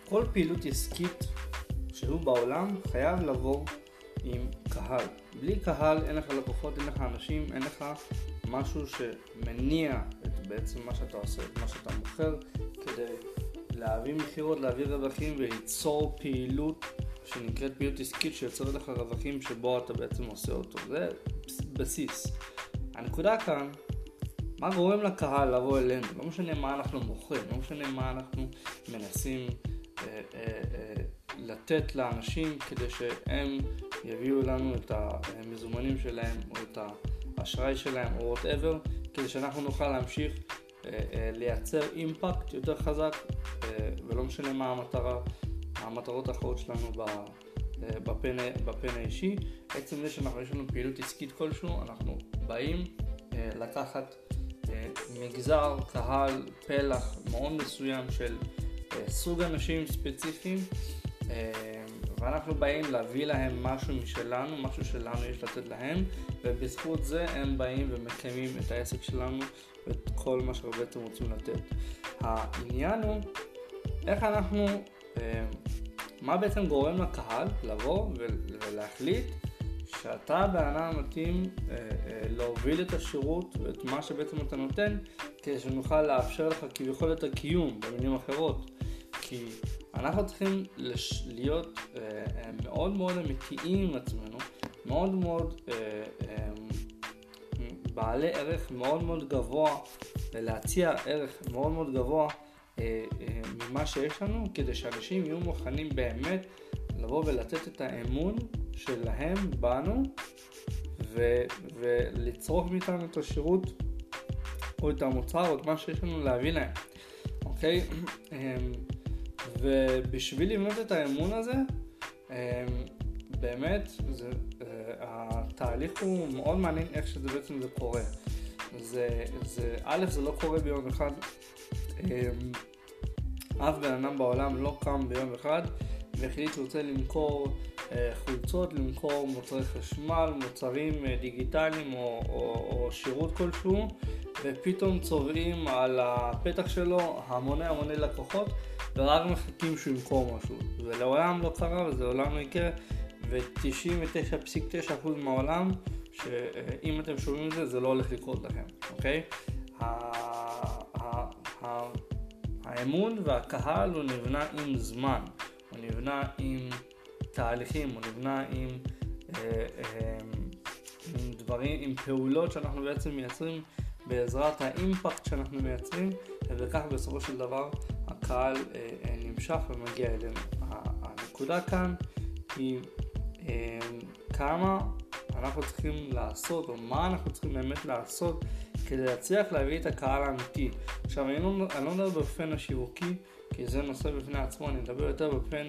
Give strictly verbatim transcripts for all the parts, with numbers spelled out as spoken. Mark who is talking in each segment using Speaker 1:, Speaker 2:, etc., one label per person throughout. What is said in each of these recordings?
Speaker 1: כל פעילות עסקית שהוא בעולם חייב לבוא עם קהל. בלי קהל אין לך לקוחות, אין לך אנשים, אין לך משהו שמניע את בעצם מה שאתה עושה, את מה שאתה מוכר, כדי להביא מחירות, להביא רווחים וליצור פעילות שנקראת פעילות עסקית שיוצרת לך רווחים שבו אתה בעצם עושה אותו. זה בסיס. הנקודה כאן, מה גורם לקהל לבוא אלינו? לא משנה מה אנחנו מוכרים, לא משנה מה אנחנו מנסים אה, אה, אה, לתת לאנשים כדי שהם יביאו לנו את המזומנים שלהם או את האשראי שלהם או whatever, כדי שאנחנו נוכל להמשיך אה, אה, לייצר אימפקט יותר חזק, אה, ולא משנה מה המטרה, המטרות האחרות שלנו ב, אה, בפן, בפן האישי. עצם זה שאנחנו יש לנו פעילות עסקית כלשהו, אנחנו באים אה, לקחת אה, מגזר, קהל, פלח מאוד מסוים של אה, סוג אנשים ספציפיים, אה, ואנחנו באים להביא להם משהו משלנו, משהו שלנו יש לתת להם, ובזכות זה הם באים ומקיימים את העסק שלנו ואת כל מה שאנחנו בעצם רוצים לתת. העניין הוא איך אנחנו, מה בעצם גורם לקהל לבוא ולהחליט שאתה בענן מתאים להוביל את השירות ואת מה שבעצם אתה נותן, כדי שנוכל לאפשר לך כביכול את הקיום, במילים אחרות. כי אנחנו צריכים להיות מאוד מאוד אמיתיים עם עצמנו, מאוד מאוד בעלי ערך מאוד מאוד גבוה, ולהציע ערך מאוד מאוד גבוה ממה שיש לנו, כדי שאנשים יהיו מוכנים באמת לבוא ולתת את האמון שלהם בנו ו- ולצרוך מאיתנו את השירות או את המוצר או את מה שיש לנו להביא להם. אוקיי? ובשביל לבנות את האמון הזה, באמת זה, התהליך הוא מאוד מעניין איך שזה בעצם זה קורה. זה, זה, א', זה לא קורה ביום אחד. אף בן אדם בעולם לא קם ביום אחד והחליט שהוא רוצה למכור חולצות, למכור מוצרי חשמל, מוצרים דיגיטליים או, או, או שירות כלשהו, ופתאום צובעים על הפתח שלו המוני המוני לקוחות ורק מחכים שהוא ימכור משהו. זה לעולם לא קרה וזה לעולם לא יקרה, ו-תשעים ותשע נקודה תשע אחוז מהעולם שאם אתם שומעים את זה, זה לא הולך לקרות לכם, אוקיי? האמון והקהל הוא נבנה עם זמן, הוא נבנה עם תהליכים, הוא נבנה עם, עם דברים, עם פעולות שאנחנו בעצם מייצרים בעזרת האימפקט שאנחנו מייצרים, וכך בסופו של דבר הקהל נמשך ומגיע אלינו. הנקודה כאן היא כמה אנחנו צריכים לעשות, או מה אנחנו צריכים באמת לעשות כדי להצליח להביא את הקהל האמיתי. עכשיו, אני לא, אני לא מדבר בפן השיווקי, כי זה נושא בפני עצמו, אני מדבר יותר בפן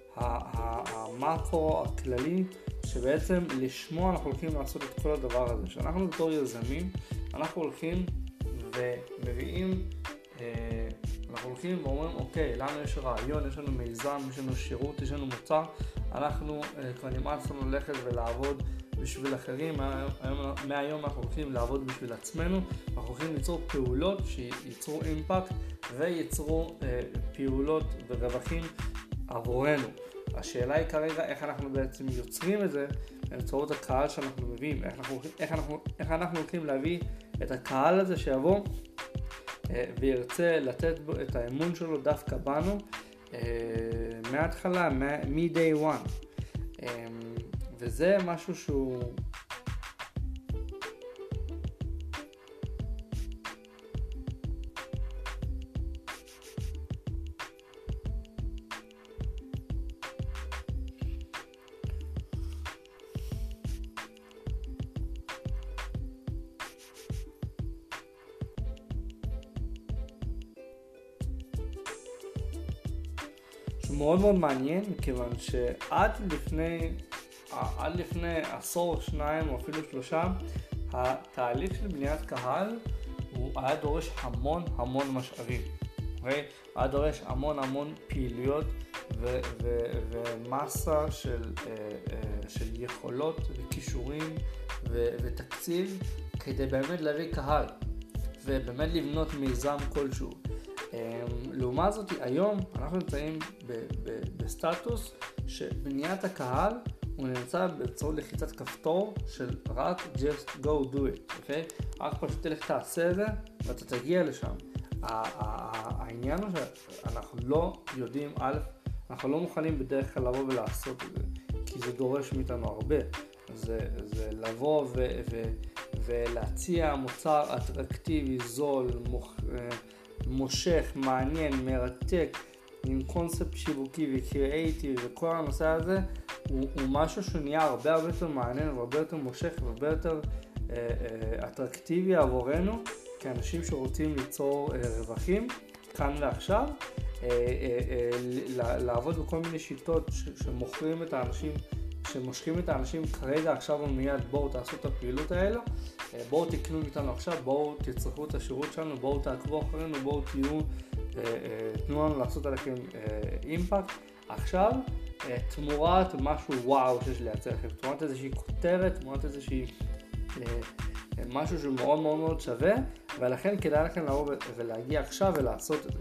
Speaker 1: המקרו הכללי, שבעצם לשמו אנחנו הולכים לעשות את כל הדבר הזה. שאנחנו בתור יזמים, אנחנו הולכים ומביאים, אנחנו הולכים ואומרים, אוקיי, לנו יש רעיון, יש לנו מיזם, יש לנו שירות, יש לנו מוצר, אנחנו כבר נמאס לנו ללכת ולעבוד בשביל אחרים. מהיום אנחנו הולכים לעבוד בשביל עצמנו, אנחנו הולכים ליצור פעולות שייצרו אימפקט וייצרו אה, פעולות ורווחים עבורנו. השאלה היא כרגע איך אנחנו בעצם יוצרים את זה באמצעות הקהל שאנחנו מביאים, איך אנחנו, איך אנחנו, איך אנחנו הולכים להביא את הקהל הזה שיבוא אה, וירצה לתת בו את האמון שלו דווקא בנו אה, מההתחלה, מ-day one. אה, וזה משהו שהוא מאוד מאוד מעניין, מכיוון שעד לפני עד לפני עשור או שניים או אפילו שלושה, התהליך של בניית קהל הוא היה דורש המון המון משאבים, okay? היה דורש המון המון פעילויות ו- ו- ומסה של, של יכולות וכישורים ו- ותקציב כדי באמת להביא קהל ובאמת לבנות מיזם כלשהו. לעומת זאת, היום אנחנו נמצאים ב- ב- בסטטוס שבניית הקהל הוא נמצא באמצעות לחיצת כפתור של רק just go do it, אוקיי? רק פשוט תלך תעשה את זה ואתה תגיע לשם. העניין הוא שאנחנו לא יודעים, א', אנחנו לא מוכנים בדרך כלל לבוא ולעשות את זה, כי זה דורש מאיתנו הרבה. זה, זה לבוא ו, ו, ולהציע מוצר אטרקטיבי, זול, מוח, מושך, מעניין, מרתק, עם קונספט שיווקי וקריאייטיבי, וכל הנושא הזה הוא, הוא משהו שנהיה הרבה הרבה יותר מעניין והרבה יותר מושך והרבה יותר אה, אה, אטרקטיבי עבורנו כאנשים שרוצים ליצור אה, רווחים כאן ועכשיו, אה, אה, אה, לעבוד בכל מיני שיטות ש, שמוכרים את האנשים, שמושכים את האנשים כרגע עכשיו ומיד. בואו תעשו את הפעילות האלה, אה, בואו תקנו איתנו עכשיו, בואו תצרכו את השירות שלנו, בואו תעקבו אחרינו, בואו תהיו, אה, אה, תנו לנו לעשות עליכם אה, אימפקט עכשיו, אה, תמורת משהו וואו שיש לייצר לכם, תמורת איזושהי כותרת, תמורת איזושהי אה, משהו שהוא מאוד מאוד מאוד שווה, ולכן כדאי לכם לבוא ולהגיע עכשיו ולעשות את זה.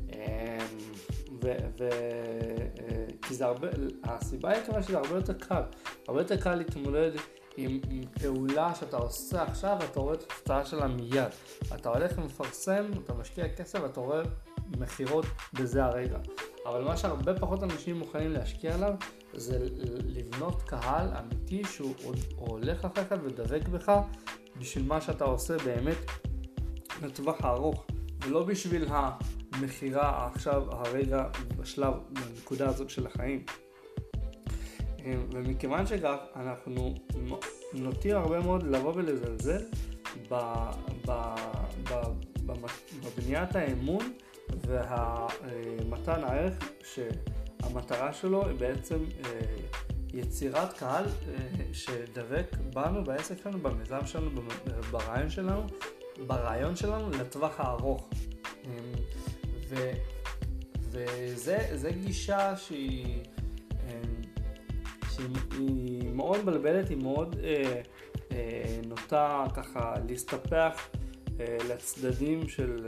Speaker 1: ו- ו- כי זה הרבה, הסיבה היא כמה שזה הרבה יותר קל, הרבה יותר קל להתמודד עם, עם פעולה שאתה עושה עכשיו ואתה רואה את התוצאה שלה מיד. אתה הולך ומפרסם, אתה משקיע כסף ואתה רואה מחירות בזה הרגע. אבל מה שהרבה פחות אנשים מוכנים להשקיע עליו זה לבנות קהל אמיתי שהוא הולך אחריך ודבק בך בשביל מה שאתה עושה באמת לטווח הארוך, ולא בשביל המחירה עכשיו הרגע בשלב, בנקודה הזאת של החיים. ומכיוון שכך אנחנו נוטים הרבה מאוד לבוא ולזלזל ב, ב, ב, ב, בבניית האמון והמתן הערך שהמטרה שלו היא בעצם יצירת קהל שדבק בנו, בעסק שלנו, במיזם שלנו, ברעיון שלנו, ברעיון שלנו לטווח הארוך. ו, וזה זה גישה שהיא, שהיא מאוד בלבלת, היא מאוד אה, אה, נוטה ככה להסתפח אה, לצדדים של,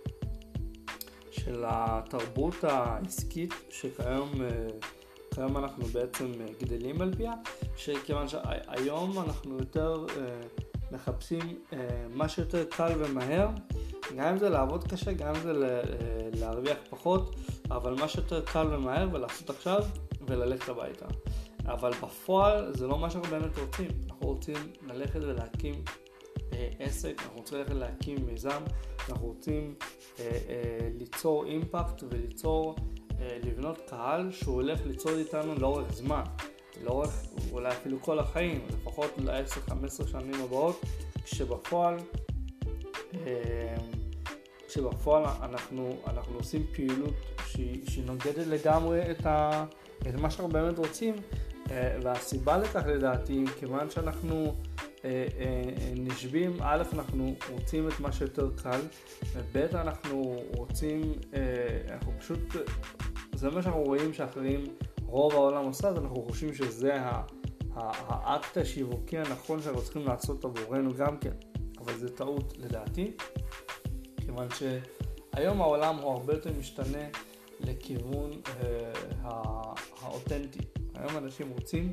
Speaker 1: של התרבות העסקית שכיום אה, כיום אנחנו בעצם גדלים על פיה, שכיוון שהיום אנחנו יותר אה, מחפשים אה, מה שיותר קל ומהר, גם אם זה לעבוד קשה, גם אם זה להרוויח פחות, אבל מה שיותר קל ומהר ולעשות עכשיו וללכת הביתה. אבל בפועל זה לא מה שאנחנו באמת רוצים. אנחנו רוצים ללכת ולהקים אה, עסק, אנחנו רוצים ללכת להקים מיזם, אנחנו רוצים אה, אה, ליצור אימפקט וליצור, אה, לבנות קהל שהוא הולך ליצור איתנו לאורך זמן, לאורך אולי אפילו כל החיים, לפחות ל-עשר חמש עשרה שנים הבאות, כשבפועל אה, כשבפועל אנחנו, אנחנו עושים פעילות שהיא, שהיא נוגדת לגמרי את, ה, את מה שאנחנו באמת רוצים, והסיבה לכך לדעתי, כיוון שאנחנו נשבים, א', אנחנו רוצים את מה שיותר קל, וב', אנחנו רוצים, אנחנו פשוט, זה מה שאנחנו רואים שאחרים, רוב העולם עושה, אז אנחנו חושבים שזה האקט השיווקי הנכון שאנחנו צריכים לעשות עבורנו גם כן, אבל זה טעות לדעתי. כיוון שהיום העולם הוא הרבה יותר משתנה לכיוון אה, האותנטי. היום אנשים רוצים,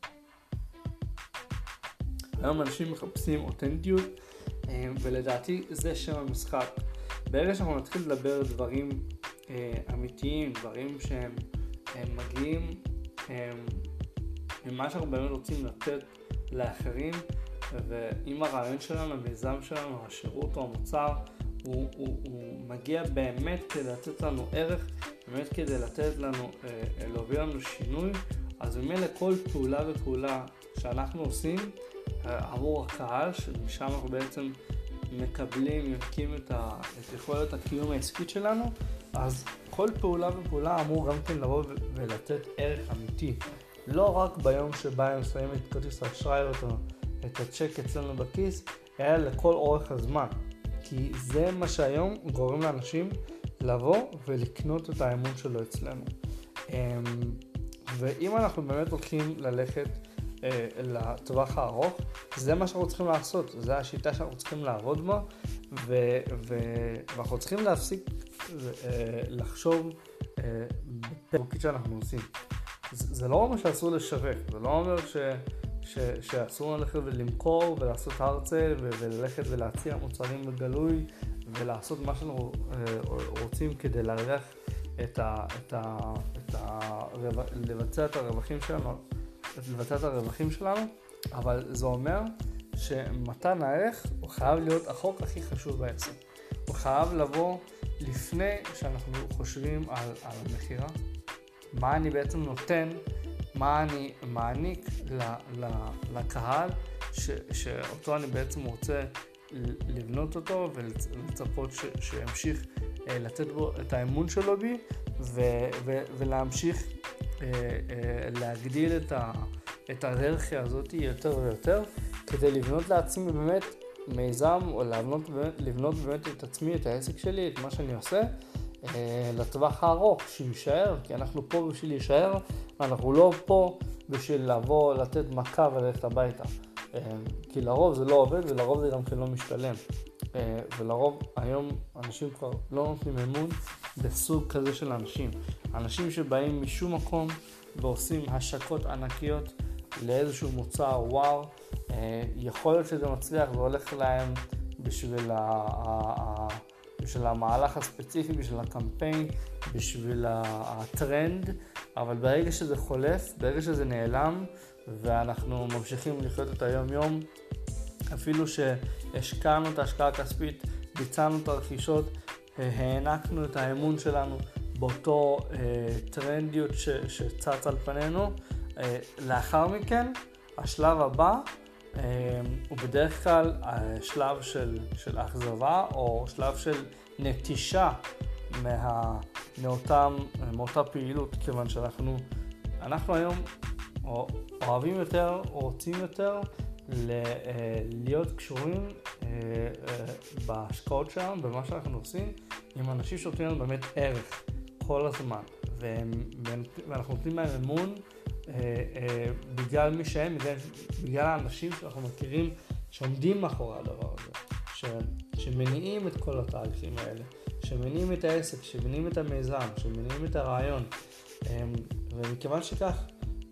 Speaker 1: היום אנשים מחפשים אותנטיות, אה, ולדעתי זה שם המשחק. ברגע שאנחנו נתחיל לדבר דברים אה, אמיתיים, דברים שהם הם מגיעים אה, ממה שאנחנו באמת רוצים לתת לאחרים, ואם הרעיון שלנו, המיזם שלנו, השירות או המוצר, הוא, הוא, הוא מגיע באמת כדי לתת לנו ערך, באמת כדי לתת לנו, אה, להוביל לנו שינוי, אז ממילא כל פעולה ופעולה שאנחנו עושים אה, עבור הקהל, שמשם אנחנו בעצם מקבלים, יונקים את, ה, את יכולת הקיום העסקית שלנו, אז כל פעולה ופעולה אמור גם כן לבוא ולתת ערך אמיתי. לא רק ביום שבה הם שמים את כרטיס האשראי או את הצ'ק אצלנו בכיס, אלא לכל אורך הזמן. כי זה מה שהיום גורם לאנשים לבוא ולקנות את האמון שלו אצלנו. ואם אנחנו באמת הולכים ללכת לטווח הארוך, זה מה שאנחנו צריכים לעשות, זה השיטה שאנחנו צריכים לעבוד בה, ו- ו- ואנחנו צריכים להפסיק לחשוב בתרוקית שאנחנו עושים. זה, זה לא אומר שאסור לשווק, זה לא אומר ש, ש, שאסור ללכת ולמכור ולעשות הרצל וללכת ולהציע מוצרים בגלוי ולעשות מה שאנחנו רוצים כדי להרוויח את ה, את ה, את ה, לבצע את הרווחים שלנו, לבצע את הרווחים שלנו, אבל זה אומר שמתן הערך הוא חייב להיות החוק הכי חשוב בעצם. הוא חייב לבוא לפני שאנחנו חושבים על, על המחירה. מה אני בעצם נותן, מה אני מעניק ל, ל, לקהל ש, שאותו אני בעצם רוצה לבנות אותו ולצפות ש, שימשיך אה, לתת בו את האמון שלו בי ו, ו, ולהמשיך אה, אה, להגדיל את, ה, את ההיררכיה הזאת יותר ויותר כדי לבנות לעצמי באמת מיזם או לבנות, לבנות באמת את עצמי, את העסק שלי, את מה שאני עושה אה, לטווח הארוך, שישאר, כי אנחנו פה בשביל להישאר, אנחנו לא פה בשביל לבוא לתת מכה וללכת הביתה. אה, כי לרוב זה לא עובד ולרוב זה גם כן לא משתלם. אה, ולרוב היום אנשים כבר לא נותנים אמון בסוג כזה של אנשים. אנשים שבאים משום מקום ועושים השקות ענקיות לאיזשהו מוצר וואו, אה, יכול להיות שזה מצליח והולך להם בשביל, ה- ה- ה- בשביל המהלך הספציפי, בשביל הקמפיין, בשביל הטרנד, אבל ברגע שזה חולף, ברגע שזה נעלם ואנחנו ממשיכים לחיות את היום יום, אפילו שהשקענו את ההשקעה הכספית, ביצענו את הרכישות, הענקנו את האמון שלנו באותו אה, טרנדיות ש- שצץ על פנינו, אה, לאחר מכן השלב הבא אה, הוא בדרך כלל שלב של, של אכזבה או שלב של נטישה מה, מאותם, מאותה פעילות, כיוון שאנחנו אנחנו היום אוהבים יותר, רוצים יותר להיות קשורים בהשקעות שלנו, במה שאנחנו עושים, עם אנשים שנותנים לנו באמת ערך כל הזמן, ואנחנו נותנים להם אמון בגלל מי שהם, בגלל, בגלל האנשים שאנחנו מכירים שעומדים מאחורי הדבר הזה, ש, שמניעים את כל התהליכים האלה, שמניעים את העסק, שמניעים את המיזם, שמניעים את הרעיון, ומכיוון שכך,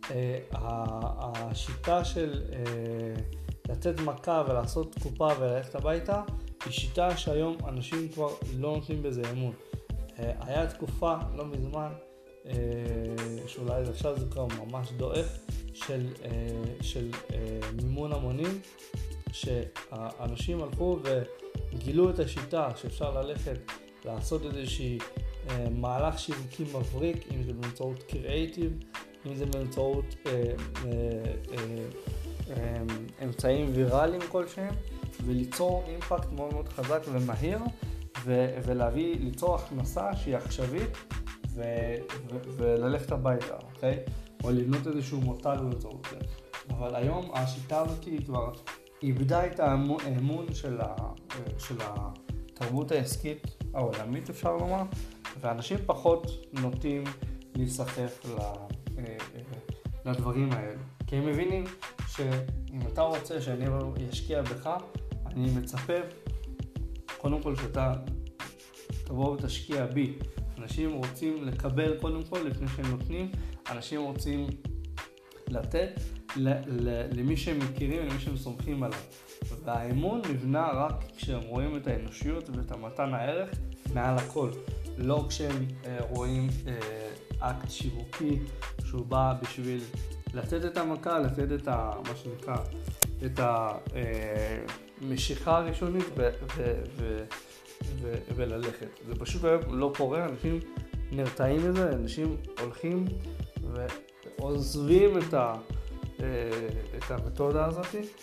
Speaker 1: השיטה של לתת מכה ולעשות קופה וללכת הביתה היא שיטה שהיום אנשים כבר לא נותנים בזה אמון. היה תקופה לא מזמן שאולי עכשיו זה כבר ממש דועך של, של מימון המונים, שאנשים הלכו וגילו את השיטה שאפשר ללכת לעשות איזושהי מהלך שיווקי מבריק, אם זה באמצעות קריאייטיב, אם זה באמצעות אה, אה, אה, אה, אמצעים ויראליים כלשהם, וליצור אימפקט מאוד מאוד חזק ומהיר, ו- ולהביא, ליצור הכנסה שהיא עכשווית, ו- ו- וללכת הביתה, אוקיי? או לבנות איזשהו מותג באמצעות זה. אבל היום השיטה הזאת היא כבר איבדה את האמון של, ה- של התרבות העסקית העולמית, אפשר לומר, ואנשים פחות נוטים להיסחף ל... לדברים האלה. כי הם מבינים שאם אתה רוצה שאני אשקיע בך, אני מצפה קודם כל שאתה תבוא ותשקיע בי. אנשים רוצים לקבל קודם כל לפני שהם נותנים, אנשים רוצים לתת למי שהם מכירים, למי שהם סומכים עליו. והאמון נבנה רק כשהם רואים את האנושיות ואת המתן הערך מעל הכל. לא כשהם רואים אקט שיווקי שהוא בא בשביל לתת את המכה, לתת את ה, מה שנקרא, את המשיכה הראשונית ו, ו, ו, ו, וללכת. זה פשוט לא קורה, אנשים נרתעים מזה, אנשים הולכים ועוזבים את, ה, את המתודה הזאת.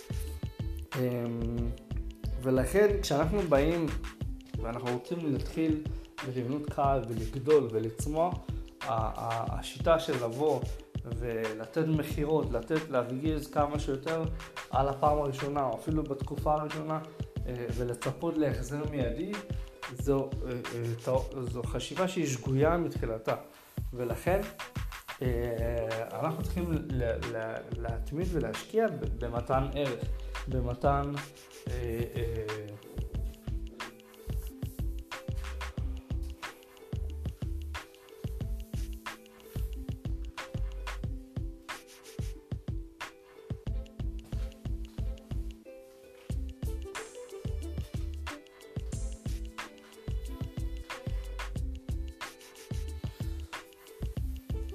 Speaker 1: ולכן כשאנחנו באים ואנחנו רוצים להתחיל ולבנות קהל ולגדול ולצמוח, השיטה של לבוא ולתת מחירות, לתת, להרגיז כמה שיותר על הפעם הראשונה או אפילו בתקופה הראשונה ולצפות להחזר מיידי, זו, זו חשיבה שהיא שגויה מתחילתה, ולכן אנחנו צריכים להתמיד ולהשקיע במתן ערך, במתן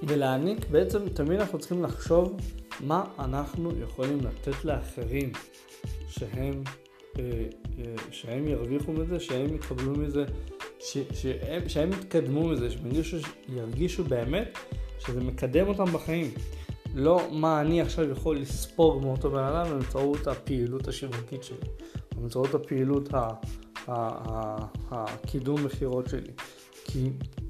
Speaker 1: ולהעניק, בעצם תמיד אנחנו צריכים לחשוב מה אנחנו יכולים לתת לאחרים שהם, שהם ירוויחו מזה, שהם יקבלו מזה, שהם, שהם יתקדמו מזה, שהם ירגישו באמת שזה מקדם אותם בחיים. לא מה אני עכשיו יכול לספוג מאותו בן אדם באמצעות הפעילות השיווקית שלי, באמצעות הפעילות ה, ה, ה, הקידום מחירות שלי. כי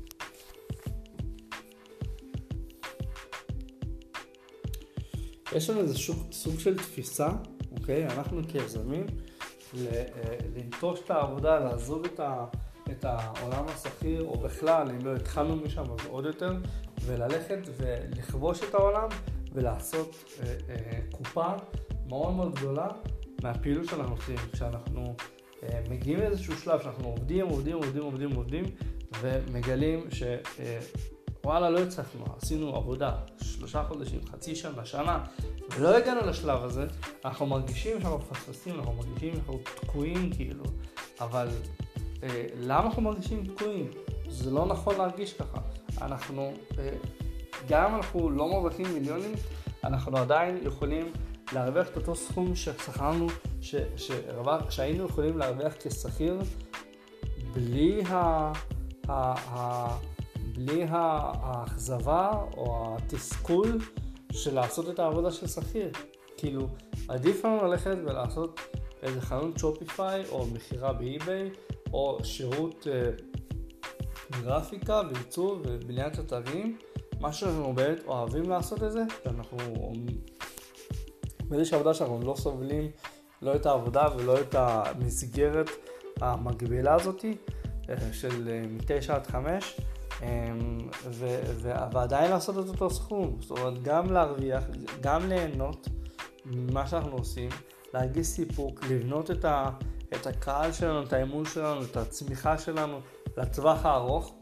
Speaker 1: יש לנו איזה סוג של תפיסה, אוקיי? אנחנו כיזמים, לנטוש את העבודה, לעזוב את, ה, את העולם השכיר, או בכלל, אם לא התחלנו משם, אז עוד יותר, וללכת ולכבוש את העולם, ולעשות אה, אה, קופה מאוד מאוד גדולה מהפעילות שאנחנו עושים. כשאנחנו אה, מגיעים לאיזשהו שלב שאנחנו עובדים, עובדים, עובדים, עובדים, עובדים, ומגלים ש... אה, וואלה, לא הצלחנו, עשינו עבודה שלושה חודשים, חצי שנה, שנה, ולא הגענו לשלב הזה, אנחנו מרגישים שאנחנו מפספסים, אנחנו מרגישים שאנחנו תקועים כאילו, אבל אה, למה אנחנו מרגישים תקועים? זה לא נכון להרגיש ככה. אנחנו, אה, גם אם אנחנו לא מרוויחים מיליונים, אנחנו עדיין יכולים להרוויח את אותו סכום ששכרנו, ש, שהרווח, שהיינו יכולים להרוויח כשכיר, בלי ה... ה, ה בלי האכזבה או התסכול של לעשות את העבודה של שכיר. כאילו, עדיף לנו ללכת ולעשות איזה חנות שופיפיי או מחירה באי-ביי או שירות אה, גרפיקה ועיצוב ובניית אתרים, מה שאנחנו באמת אוהבים לעשות את זה, שאנחנו באיזושהי עבודה שאנחנו לא סובלים לא את העבודה ולא את המסגרת המגבילה הזאת של מתשע עד חמש, ו- ו- ועדיין לעשות את אותו סכום. זאת אומרת, גם להרוויח, גם ליהנות ממה שאנחנו עושים, להרגיש סיפוק, לבנות את, ה- את הקהל שלנו, את האמון שלנו, את הצמיחה שלנו לטווח הארוך,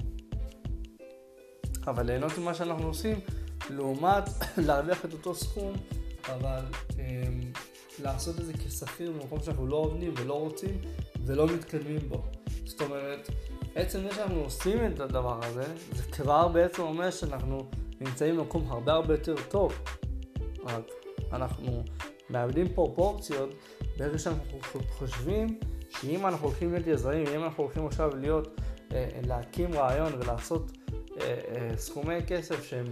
Speaker 1: אבל ליהנות ממה שאנחנו עושים, לעומת להרוויח את אותו סכום, אבל אמ, לעשות את זה כשכיר במקום שאנחנו לא עובדים ולא רוצים ולא מתקדמים בו. זאת אומרת, עצם זה שאנחנו עושים את הדבר הזה, זה כבר בעצם אומר שאנחנו נמצאים במקום הרבה הרבה יותר טוב. רק אנחנו מאבדים פרופורציות ברגע שאנחנו חושבים שאם אנחנו הולכים להיות יזמים, אם אנחנו הולכים עכשיו להיות, אה, להקים רעיון ולעשות אה, אה, סכומי כסף שהם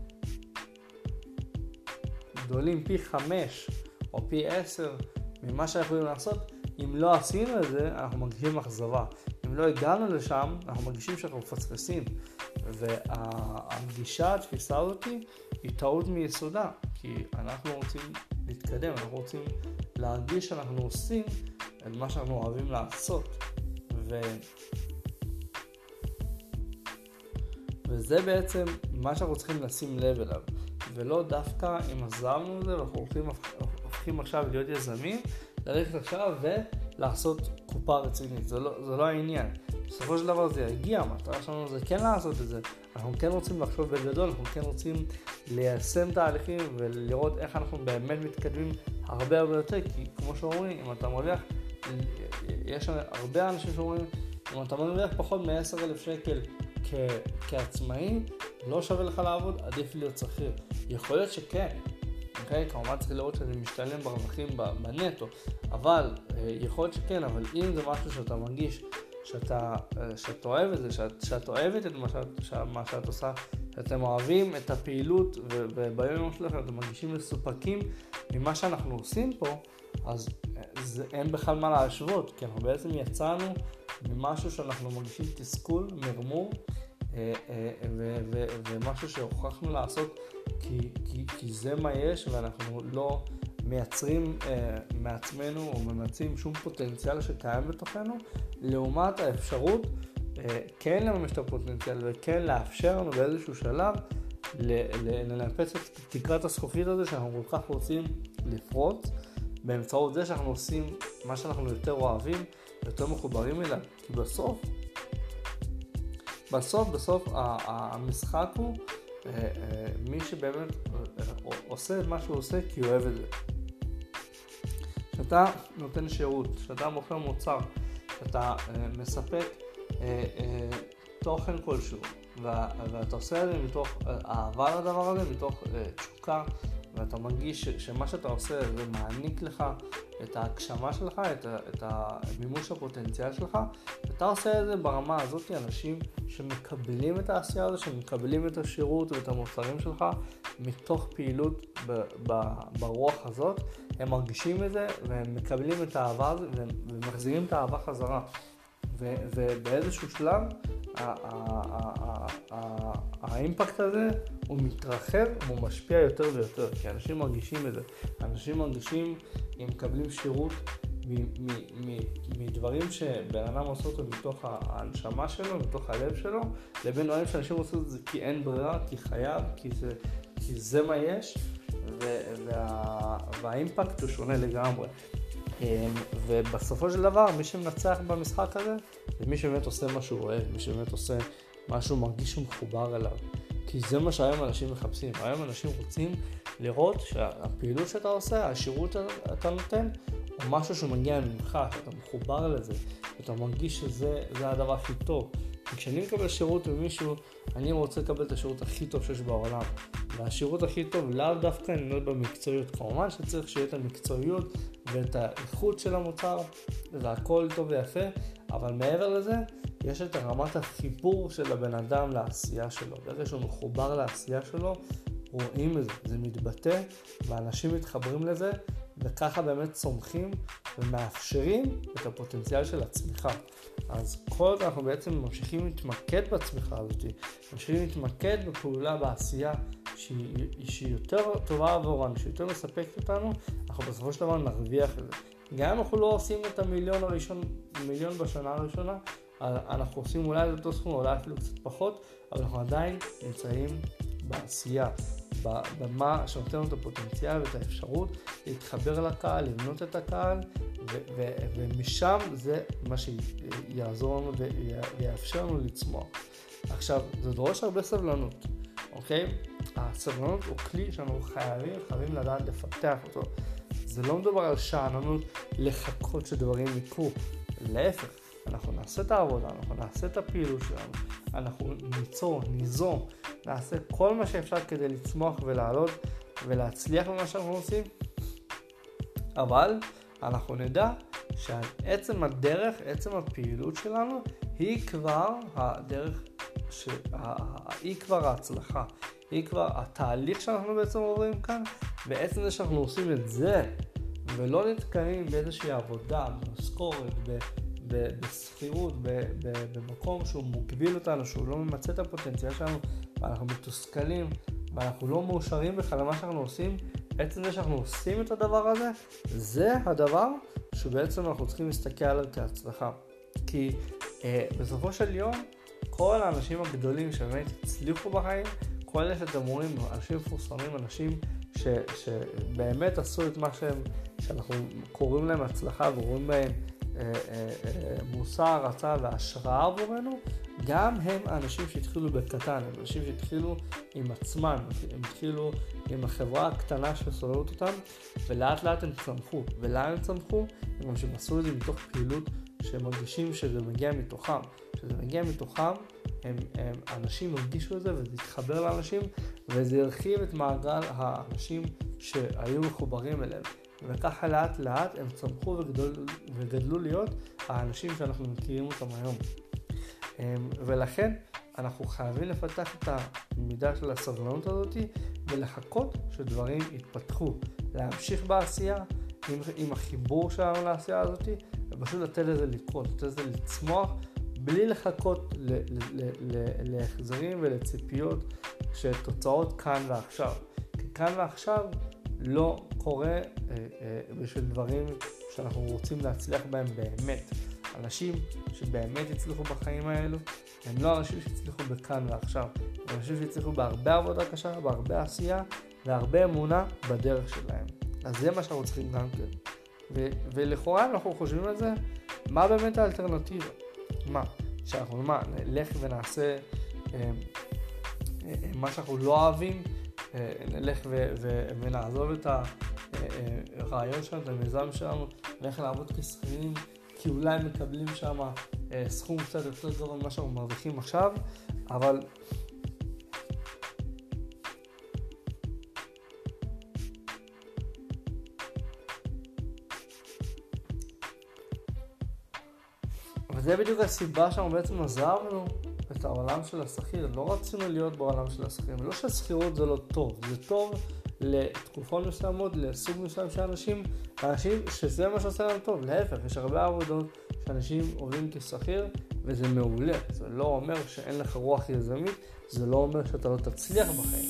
Speaker 1: גדולים פי חמש או פי עשר ממה שאנחנו יכולים לעשות, אם לא עשינו את זה, אנחנו מרגישים אכזבה. אם לא הגענו לשם, אנחנו מרגישים שאנחנו מפספסים. והגישה, התפיסה הזאת, היא טעות מיסודה. כי אנחנו רוצים להתקדם, אנחנו רוצים להרגיש שאנחנו עושים את מה שאנחנו אוהבים לעשות. ו... וזה בעצם מה שאנחנו צריכים לשים לב אליו. ולא דווקא אם עזרנו את זה, ואנחנו הולכים, הופכים עכשיו להיות יזמים, ללכת עכשיו ולעשות קופה רצינית. זה לא, זה לא העניין. בסופו של דבר זה יגיע, המטרה שלנו זה כן לעשות את זה. אנחנו כן רוצים לחשוב בגדול, אנחנו כן רוצים ליישם תהליכים ולראות איך אנחנו באמת מתקדמים הרבה הרבה יותר, כי כמו שאומרים, אם אתה מרוויח, יש הרבה אנשים שאומרים, אם אתה מרוויח פחות מ-עשרת אלפים שקל כ- כעצמאי, לא שווה לך לעבוד, עדיף להיות שכיר. יכול להיות שכן. אוקיי, כמובן צריך לראות שזה משתלם ברווחים בנטו, אבל יכול להיות שכן, אבל אם זה משהו שאתה מרגיש שאתה, שאתה אוהב את זה, שאת, שאת אוהבת את מה שאת, מה שאת עושה, שאתם אוהבים את הפעילות וביום יום שלכם אתם מרגישים מסופקים ממה שאנחנו עושים פה, אז זה, אין בכלל מה להשוות, כי אנחנו בעצם יצאנו ממשהו שאנחנו מרגישים תסכול, מרמור, ו- ו- ומשהו שהוכחנו לעשות כי, כי, כי זה מה יש, ואנחנו לא מייצרים אה, מעצמנו או ממצים שום פוטנציאל שקיים בתוכנו, לעומת האפשרות אה, כן לממש את הפוטנציאל וכן לאפשר לנו באיזשהו שלב לנפץ את תקרת הזכוכית הזה שאנחנו כל כך רוצים לפרוץ, באמצעות זה שאנחנו עושים מה שאנחנו יותר אוהבים, יותר מחוברים אליו. כי בסוף בסוף, בסוף המשחק הוא מי שבאמת עושה את מה שהוא עושה כי הוא אוהב את זה. כשאתה נותן שירות, כשאתה מוכר מוצר, כשאתה מספק תוכן כלשהו, ואתה עושה את זה מתוך אהבה לדבר הזה, מתוך תשוקה, ואתה מרגיש שמה שאתה עושה זה מעניק לך את ההגשמה שלך, את, את המימוש הפוטנציאל שלך, ואתה עושה את זה ברמה הזאת. אנשים שמקבלים את העשייה הזו, שמקבלים את השירות ואת המוצרים שלך מתוך פעילות ב, ב, ברוח הזאת, הם מרגישים את זה והם מקבלים את האהבה הזאת ומחזירים את האהבה חזרה. ו, ובאיזשהו שלב האימפקט הזה הוא מתרחב והוא משפיע יותר ויותר, כי אנשים מרגישים את זה. אנשים מרגישים, הם מקבלים שירות מדברים שבן אדם עושה אותו מתוך ההנשמה שלו, מתוך הלב שלו, לבין דברים שאנשים עושים את זה כי אין ברירה, כי חייב, כי זה, כי זה מה יש, וה, והאימפקט הוא שונה לגמרי. ובסופו של דבר, מי שמנצח במשחק הזה, זה מי שבאמת עושה מה שהוא אוהב, מי שבאמת עושה מה שהוא מרגיש שהוא מחובר אליו. כי זה מה שהיום אנשים מחפשים. היום אנשים רוצים לראות שהפעילות שאתה עושה, השירות שאתה נותן, הוא משהו שמגיע ממך, שאתה מחובר לזה, שאתה מרגיש שזה זה הדבר הכי טוב. וכשאני מקבל שירות ממישהו, אני רוצה לקבל את השירות הכי טוב שיש בעולם. והשירות הכי טוב לאו דווקא אני נולד במקצועיות. כמובן שצריך שיהיה את המקצועיות ואת האיכות של המוצר, זה הכל טוב ויפה, אבל מעבר לזה, יש את רמת החיבור של הבן אדם לעשייה שלו. ברגע שהוא מחובר לעשייה שלו, רואים את זה, זה מתבטא, ואנשים מתחברים לזה, וככה באמת צומחים ומאפשרים את הפוטנציאל של הצמיחה. אז כל עוד אנחנו בעצם ממשיכים להתמקד בצמיחה הזאת, ממשיכים להתמקד בפעולה, בעשייה שהיא, שהיא יותר טובה עבורנו, שהיא יותר מספקת אותנו, אנחנו בסופו של דבר נרוויח את זה. גם אם אנחנו לא עושים את המיליון הראשון, מיליון בשנה הראשונה, אנחנו עושים אולי את אותו סכום, אולי אפילו קצת פחות, אבל אנחנו עדיין נמצאים בעשייה, במה שנותן לנו את הפוטנציאל ואת האפשרות להתחבר לקהל, לבנות את הקהל, ו- ו- ומשם זה מה שיעזור לנו ויאפשר לנו לצמוח. עכשיו, זה דורש הרבה סבלנות, אוקיי? הסבלנות הוא כלי שאנחנו חייבים, חייבים לדעת לפתח אותו. זה לא מדובר על שעננות לחכות שדברים יקרו, להפך. אנחנו נעשה את העבודה, אנחנו נעשה את הפעילות שלנו, אנחנו ניצור, ניזום, נעשה כל מה שאפשר כדי לצמוח ולעלות ולהצליח במה שאנחנו עושים, אבל אנחנו נדע שעצם הדרך, עצם הפעילות שלנו, היא כבר הדרך, ש... היא כבר ההצלחה, היא כבר התהליך שאנחנו בעצם עוברים כאן, ועצם זה שאנחנו עושים את זה, ולא נתקעים באיזושהי עבודה, במשכורת, ב... בסחירות, במקום שהוא מוגביל אותנו, שהוא לא ממצא את הפוטנציאל שלנו, ואנחנו מתוסכלים, ואנחנו לא מאושרים בכלל למה שאנחנו עושים. בעצם זה שאנחנו עושים את הדבר הזה, זה הדבר שבעצם אנחנו צריכים להסתכל עליו כהצלחה. כי אה, בסופו של יום, כל האנשים הגדולים שבאמת הצליחו בחיים, כל אלה שאתם רואים, אנשים מפורסמים, אנשים ש, שבאמת עשו את מה שהם, שאנחנו קוראים להם הצלחה ורואים בהם מוסר, הרצאה והשראה עבורנו, גם הם האנשים שהתחילו בקטן, הם אנשים שהתחילו עם עצמם, הם התחילו עם החברה הקטנה שסוללות אותם, ולאט לאט הם צמחו. ולאן הם צמחו? הם גם עשו את זה מתוך פעילות שהם מרגישים שזה מגיע מתוכם. שזה מגיע מתוכם, הם, הם, אנשים הרגישו את זה, וזה התחבר לאנשים, וזה הרחיב את מעגל האנשים שהיו מחוברים אליהם. וככה לאט לאט הם צמחו וגדלו, וגדלו להיות האנשים שאנחנו מכירים אותם היום. ולכן אנחנו חייבים לפתח את המידה של הסבלנות הזאת ולחכות שדברים יתפתחו. להמשיך בעשייה עם, עם החיבור שלנו לעשייה הזאת, ופשוט לתת לזה לקרות, לתת לזה לצמוח בלי לחכות ל, ל, ל, ל, להחזרים ולציפיות שתוצאות כאן ועכשיו. כי כאן ועכשיו לא קורה אה, אה, בשביל דברים שאנחנו רוצים להצליח בהם באמת. אנשים שבאמת הצליחו בחיים האלו, הם לא אנשים שהצליחו בכאן ועכשיו. הם אנשים שהצליחו בהרבה עבודה קשה, בהרבה עשייה, והרבה אמונה בדרך שלהם. אז זה מה שאנחנו צריכים גם כן. ו- ולכאורה אנחנו חושבים על זה, מה באמת האלטרנטיבה? מה? שאנחנו מה, נלך ונעשה אה, אה, מה שאנחנו לא אוהבים, נלך ו- ו- ונעזוב את הרעיון שלנו, את המיזם שלנו, נלך לעבוד כשכירים, כי אולי מקבלים שם אה, סכום קצת יותר גבוה ממה שאנחנו מרוויחים עכשיו, אבל וזה בדיוק הסיבה שאנחנו בעצם עזבנו את העולם של השכיר. לא רצינו להיות בעולם של השכיר. לא שהשכירות זה לא טוב, זה טוב לתקופות מסוימות, לסוג מסוים של אנשים, אנשים שזה מה שעושה להם טוב. להפך, יש הרבה עבודות שאנשים עובדים כשכיר, וזה מעולה. זה לא אומר שאין לך רוח יזמית, זה לא אומר שאתה לא תצליח בחיים.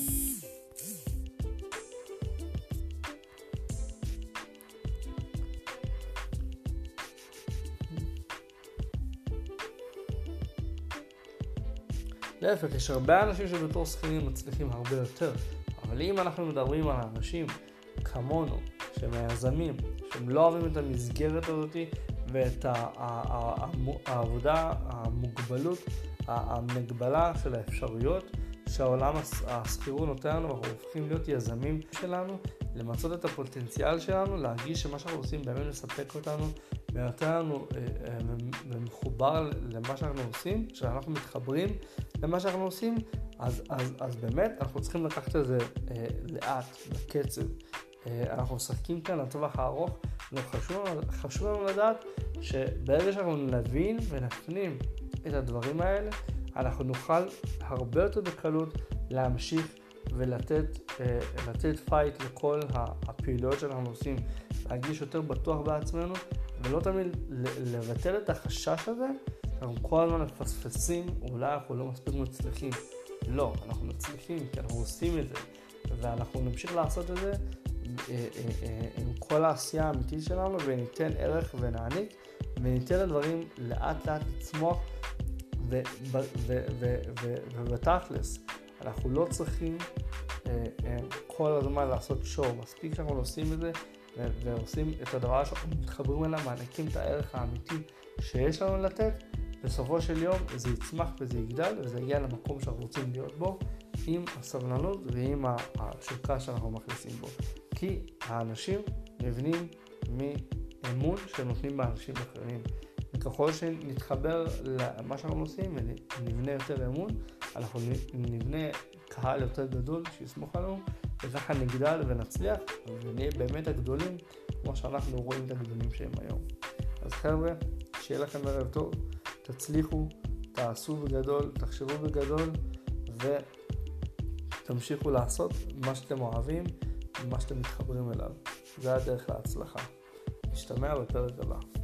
Speaker 1: להפך, יש הרבה אנשים שבתור שכירים מצליחים הרבה יותר, אבל אם אנחנו מדברים על אנשים כמונו, שהם היזמים, שהם לא אוהבים את המסגרת הזאת ואת העבודה, המוגבלות, המגבלה של האפשרויות שהעולם השכירות נותן לנו, אנחנו הופכים להיות יזמים שלנו, למצות את הפוטנציאל שלנו, להרגיש שמה שאנחנו עושים באמת מספק אותנו, ויותר לנו ומחובר למה שאנחנו עושים, כשאנחנו מתחברים למה שאנחנו עושים, אז, אז, אז באמת אנחנו צריכים לקחת את זה אה, לאט, בקצב. אה, אנחנו משחקים כאן לטווח הארוך, וחשוב, חשוב לנו לדעת שברגע שאנחנו נבין ונפנים את הדברים האלה, אנחנו נוכל הרבה יותר בקלות להמשיך ולתת אה, לתת פייט לכל הפעילויות שאנחנו עושים, להרגיש יותר בטוח בעצמנו, ולא תמיד לבטל את החשש הזה, אנחנו כל הזמן מפספסים, אולי אנחנו לא מספיק מצליחים. לא, אנחנו מצליחים, כי אנחנו עושים את זה, ואנחנו נמשיך לעשות את זה עם כל העשייה האמיתית שלנו, וניתן ערך ונעניק, וניתן לדברים לאט לאט לצמוח, ובתכלס, אנחנו לא צריכים כל הזמן לעשות שואו, מספיק שאנחנו עושים את זה, ועושים את הדבר שאנחנו מתחברים אליו, מעניקים את הערך האמיתי שיש לנו לתת, בסופו של יום זה יצמח וזה יגדל, וזה יגיע למקום שאנחנו רוצים להיות בו, עם הסבלנות ועם התשוקה שאנחנו מכניסים בו. כי האנשים נבנים מאמון שנותנים באנשים אחרים. וככל שנתחבר למה שאנחנו עושים ונבנה יותר אמון, אנחנו נבנה קהל יותר גדול שיסמוך עלינו, וככה נגדל ונצליח, ונהיה באמת הגדולים, כמו שאנחנו רואים את הגדולים שהם היום. אז חבר'ה, שיהיה לכם ערב טוב, תצליחו, תעשו בגדול, תחשבו בגדול, ותמשיכו לעשות מה שאתם אוהבים, מה שאתם מתחברים אליו. זה הדרך להצלחה. נשתמע בפרק הבא.